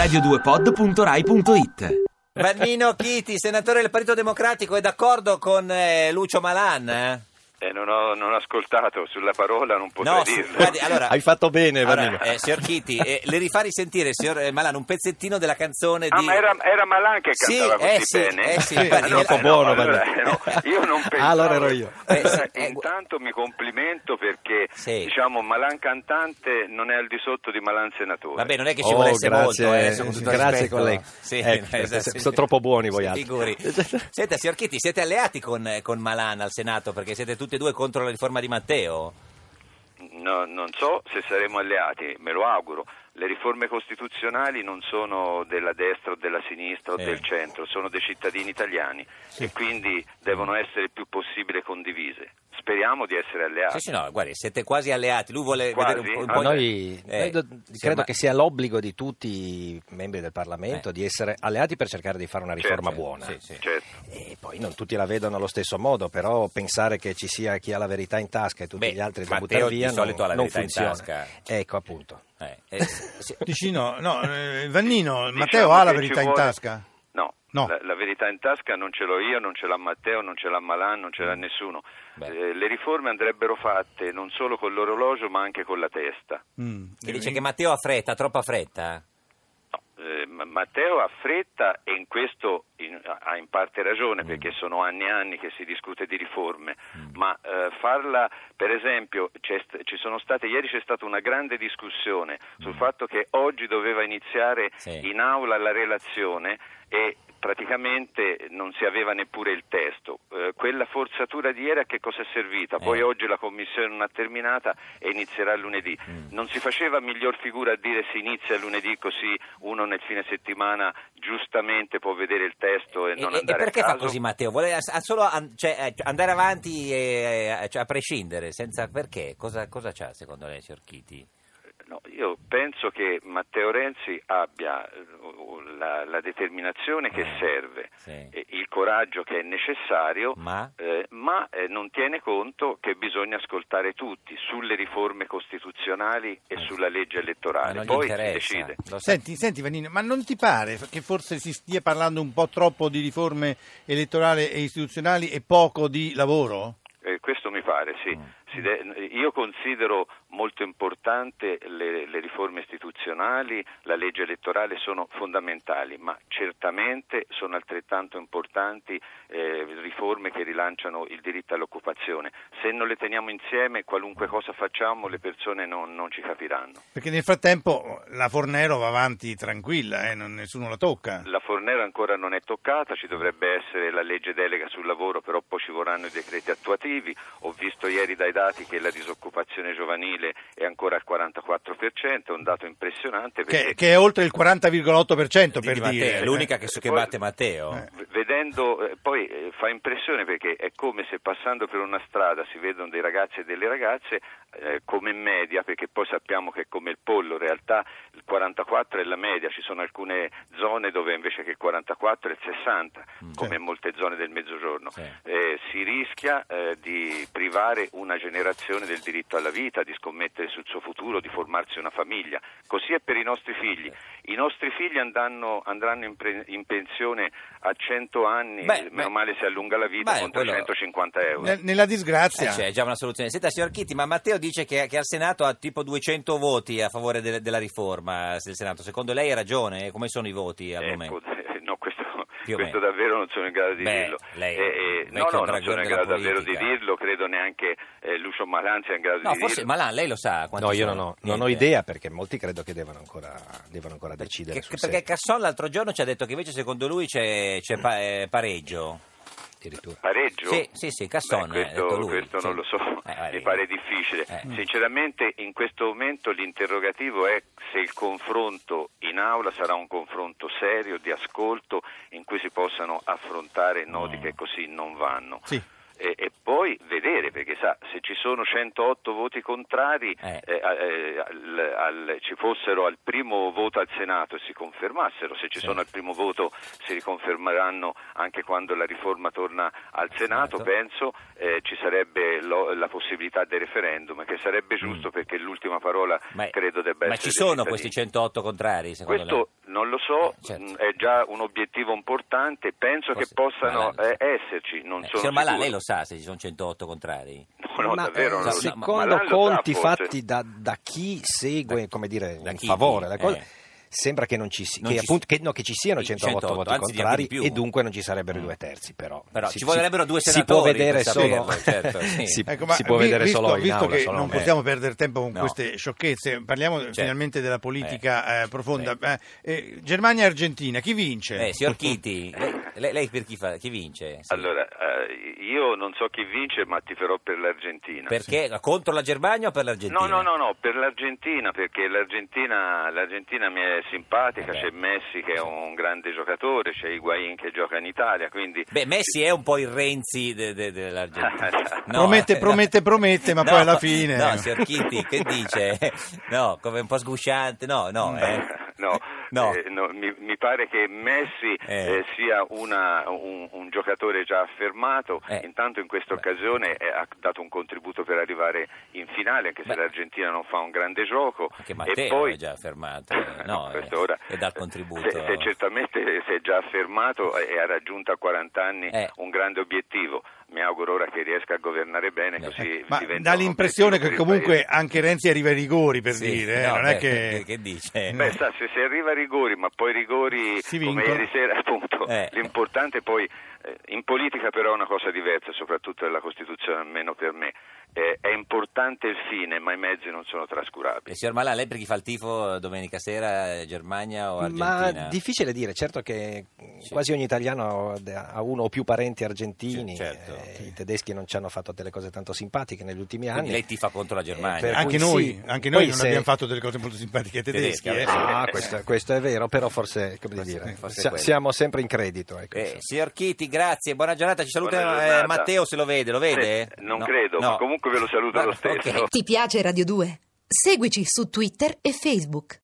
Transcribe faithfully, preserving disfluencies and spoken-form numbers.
radio due pod punto rai punto it. Vannino Chiti, senatore del Partito Democratico, è d'accordo con eh, Lucio Malan? Eh? Eh, non, ho, non ho ascoltato, sulla parola non potrei no, dirlo. Su, guardi, allora, hai fatto bene, allora, Vannino. Eh, signor Chiti, eh, le rifà risentire, signor Malan, un pezzettino della canzone ah, di... ma era, era Malan che cantava sì, così eh, bene? Sì, eh, sì, sì, guardi, è troppo eh, buono, no, allora, no, io non pensavo... Ah, allora ero io. Allora, Eh, sì, eh, intanto mi complimento perché sì. diciamo Malan cantante non è al di sotto di Malan senatore. Vabbè, non è che ci Oh, volesse grazie, molto, eh, con tutto grazie rispetto. collega. Sì, Ecco, esatto, sono sì. troppo buoni voi Sì, altri. figuri. Senta, signor Chiti, siete alleati con, con Malan al Senato perché siete tutti e due contro la riforma di Matteo? No, non so se saremo alleati, me lo auguro. Le riforme costituzionali non sono della destra o della sinistra o eh. del centro, sono dei cittadini italiani sì. e quindi devono essere il più possibile condivise. Speriamo di essere alleati. Sì, sì, no, guardi, siete quasi alleati. Lui vuole Quasi? vedere un po'. Un Ah, po' Noi, eh, noi do- sì, credo ma- che sia l'obbligo di tutti i membri del Parlamento Eh. di essere alleati per cercare di fare una riforma Certo, buona. sì, sì. Certo. E poi non tutti la vedono allo stesso modo, però pensare che ci sia chi ha la verità in tasca e tutti Beh, gli altri da Matteo buttare di via solito non, ha la non verità in funziona. tasca. Ecco, appunto. Eh, eh, sì. Dici no, no, eh, Vannino, Diciamo Matteo ha la che verità ci in vuole- tasca? No, No. La, la verità in tasca non ce l'ho io, non ce l'ha Matteo, non ce l'ha Malan, non ce l'ha nessuno. Beh. Eh, le riforme andrebbero fatte non solo con l'orologio ma anche con la testa. Mm. Che dice che Matteo ha fretta, troppa fretta? Eh, ma- Matteo ha fretta e in questo in- ha in parte ragione perché sono anni e anni che si discute di riforme, ma eh, farla, per esempio, c'è st- ci sono state, ieri c'è stata una grande discussione sul fatto che oggi doveva iniziare Sì. in aula la relazione e praticamente non si aveva neppure il testo. Eh, quella forzatura di ieri a che cosa è servita? Poi Eh. oggi la commissione non ha terminata e inizierà lunedì. Non si faceva miglior figura a dire si inizia lunedì così uno nel fine settimana giustamente può vedere il testo e E, non e- e andare perché a fa caso? così Matteo? Vuole a- solo an- cioè, eh, andare avanti e, eh, cioè, a prescindere, senza perché? Cosa, cosa c'ha secondo lei, signor Chiti? No, io penso che Matteo Renzi abbia eh, la, la determinazione che Eh, serve, sì. e il coraggio che è necessario, Ma? eh, ma eh, non tiene conto che bisogna ascoltare tutti sulle riforme costituzionali e sulla legge Ma elettorale. non gli Poi si interessa. decide. Lo sa- Senti, senti Vannino, ma non ti pare che forse si stia parlando un po' troppo di riforme elettorali e istituzionali e poco di lavoro? Eh, questo mi pare, sì. Mm. Si de- io considero molto importante le, le riforme istituzionali, la legge elettorale sono fondamentali, ma certamente sono altrettanto importanti eh, riforme che rilanciano il diritto all'occupazione. Se non le teniamo insieme, qualunque cosa facciamo, le persone non, non ci capiranno. Perché nel frattempo la Fornero va avanti tranquilla, eh, non, nessuno la tocca. La Fornero ancora non è toccata, ci dovrebbe essere la legge delega sul lavoro, però poi ci vorranno i decreti attuativi. Ho visto ieri dai dati che la disoccupazione giovanile è ancora al quarantaquattro per cento, è un dato impressionante. Che, Perché che è oltre il quaranta virgola otto per cento di per Matteo, dire. è l'unica che, che Poi- batte Matteo. Eh. v- vedendo, eh, poi eh, fa impressione perché è come se passando per una strada si vedono dei ragazzi e delle ragazze eh, come media, perché poi sappiamo che è come il pollo, in realtà il quarantaquattro è la media, ci sono alcune zone dove invece che il quarantaquattro è il sessanta, come in molte zone del mezzogiorno. Sì. Eh, si rischia eh, di privare una generazione del diritto alla vita, di scommettere sul suo futuro, di formarsi una famiglia. Così è per i nostri figli. I nostri figli andranno, andranno in, pre- in pensione a cento anni, Beh, meno beh. male si allunga la vita, Beh, con quello- trecentocinquanta euro. Ne- Nella disgrazia. Eh, c'è già una soluzione. Senta, signor Chiti, ma Matteo dice che, che al Senato ha tipo duecento voti a favore de- della riforma del Senato. Secondo lei ha ragione? Come sono i voti al Eh, momento? po- no, questo, Più o questo meno. davvero non sono in grado di Beh, dirlo. lei, Eh, eh, no, vecchio no, non dragone sono in della grado davvero di politica. dirlo, credo neanche eh, Lucio Malan sia in grado No, di forse dirlo. Malan, lei lo sa quanti No, io sono? non ho, non ho Niente. idea perché molti credo che devono ancora, devono ancora decidere Che- sul perché serio. Casson l'altro giorno ci ha detto che invece secondo lui c'è, c'è pa- eh, pareggio. Addirittura. Pareggio? Sì, sì, sì, Casson, Beh, eh, questo, ha detto lui, questo sì. non lo so, Eh, vabbè. mi pare difficile. Eh. Sinceramente in questo momento l'interrogativo è se il confronto in aula sarà un confronto serio, di ascolto, in cui si possano affrontare nodi Mm. che così non vanno. Sì. e, e poi vedere, perché sa, se ci sono centootto voti contrari, Eh. eh, eh, al, al, ci fossero al primo voto al Senato e si confermassero, se ci Sì. sono al primo voto si riconfermeranno anche quando la riforma torna al Senato, Senato. penso eh, ci sarebbe lo, la possibilità del referendum, che sarebbe giusto Mm. perché l'ultima parola Ma, credo debba ma essere ci dei sono cittadini. questi centootto contrari, secondo Questo non lo so, Eh, certo. mh, è già un obiettivo importante, penso Forse- che possano Malan- eh, esserci, non lei? Eh, sono signor Malan, sicuro. lei lo sa se ci sono centootto contrari? No, no, Ma, davvero eh, non lo so. secondo Malan lo sa, conti forse. fatti da, da chi segue, come dire, Da in chi? favore la cosa, Eh. sembra che non ci, si- Non che, ci appunto, che, no, che ci siano Sì, centootto centotto, voti anzi, anche contrari di più. e dunque non ci sarebbero i Mm. due terzi, però, Però si, ci vorrebbero due si senatori può vedere per solo, saperlo, certo, sì. si, Ecco, ma si può vi- vedere visto, solo in visto aula che solo non me. possiamo perdere tempo con No. queste sciocchezze, parliamo Certo. finalmente della politica eh, profonda. Eh, eh, Germania e Argentina, chi vince? Eh, signor Chiti, lei, lei- lei per chi, fa, chi vince? Sì. Allora, eh, io non so chi vince, ma tiferò per l'Argentina. Perché? Contro la Germania o per l'Argentina? No, no, no, no, per l'Argentina, perché l'Argentina, l'Argentina mi è simpatica, Eh beh. c'è Messi che è un grande giocatore, c'è Higuaín che gioca in Italia, quindi... Beh, Messi è un po' il Renzi de- de- dell'Argentina. No, Promette, eh, promette, no. promette, ma No, poi alla fine... No, signor Chiti, che dice? No, come un po' sgusciante, no, no, eh. No, No. eh, no, mi, mi pare che Messi Eh. eh, sia una- un, un giocatore già affermato, Eh. intanto in questa occasione eh, ha dato un contributo per arrivare in finale, anche se Beh. l'Argentina non fa un grande gioco. Anche e Matteo poi è già affermato, eh, no, questo eh, ora- e dà il contributo. Se, se certamente si è già affermato e ha raggiunto a quaranta anni Eh. un grande obiettivo. Mi auguro ora che riesca a governare bene, Eh. così Ma diventa dà un l'impressione obiettivo che per il comunque paese. anche Renzi arriva ai rigori, per Sì, dire, eh, no, non beh, è che... che dice? Beh, sa, se si arriva a rigori, ma poi rigori Si come vincono. ieri sera, appunto, Eh. l'importante poi, eh, in politica però è una cosa diversa, soprattutto nella Costituzione, almeno per me. Eh, è importante il fine, ma i mezzi non sono trascurabili. E signor Malan, lei per chi fa il tifo domenica sera, eh, Germania o Argentina? Ma difficile dire, certo che Sì. quasi ogni italiano ha uno o più parenti argentini, Sì, certo. eh, i tedeschi non ci hanno fatto delle cose tanto simpatiche negli ultimi Quindi anni. lei tifa contro la Germania. Eh, per Anche cui noi, sì. anche noi Poi non se- abbiamo fatto delle cose molto simpatiche ai tedeschi. Tedeschi, eh. vabbè. Ah, questo, questo è vero, però forse, come Forse- dire, forse sia- quello. siamo sempre in credito. Ecco. Eh, signor Chiti, grazie, buona giornata. Ci saluta Buona eh, giornata. Matteo, se lo vede, lo vede? Eh, non No, credo, no. ma comunque ve lo saluto Va- lo stesso. ok. Ti piace Radio due? Seguici su Twitter e Facebook.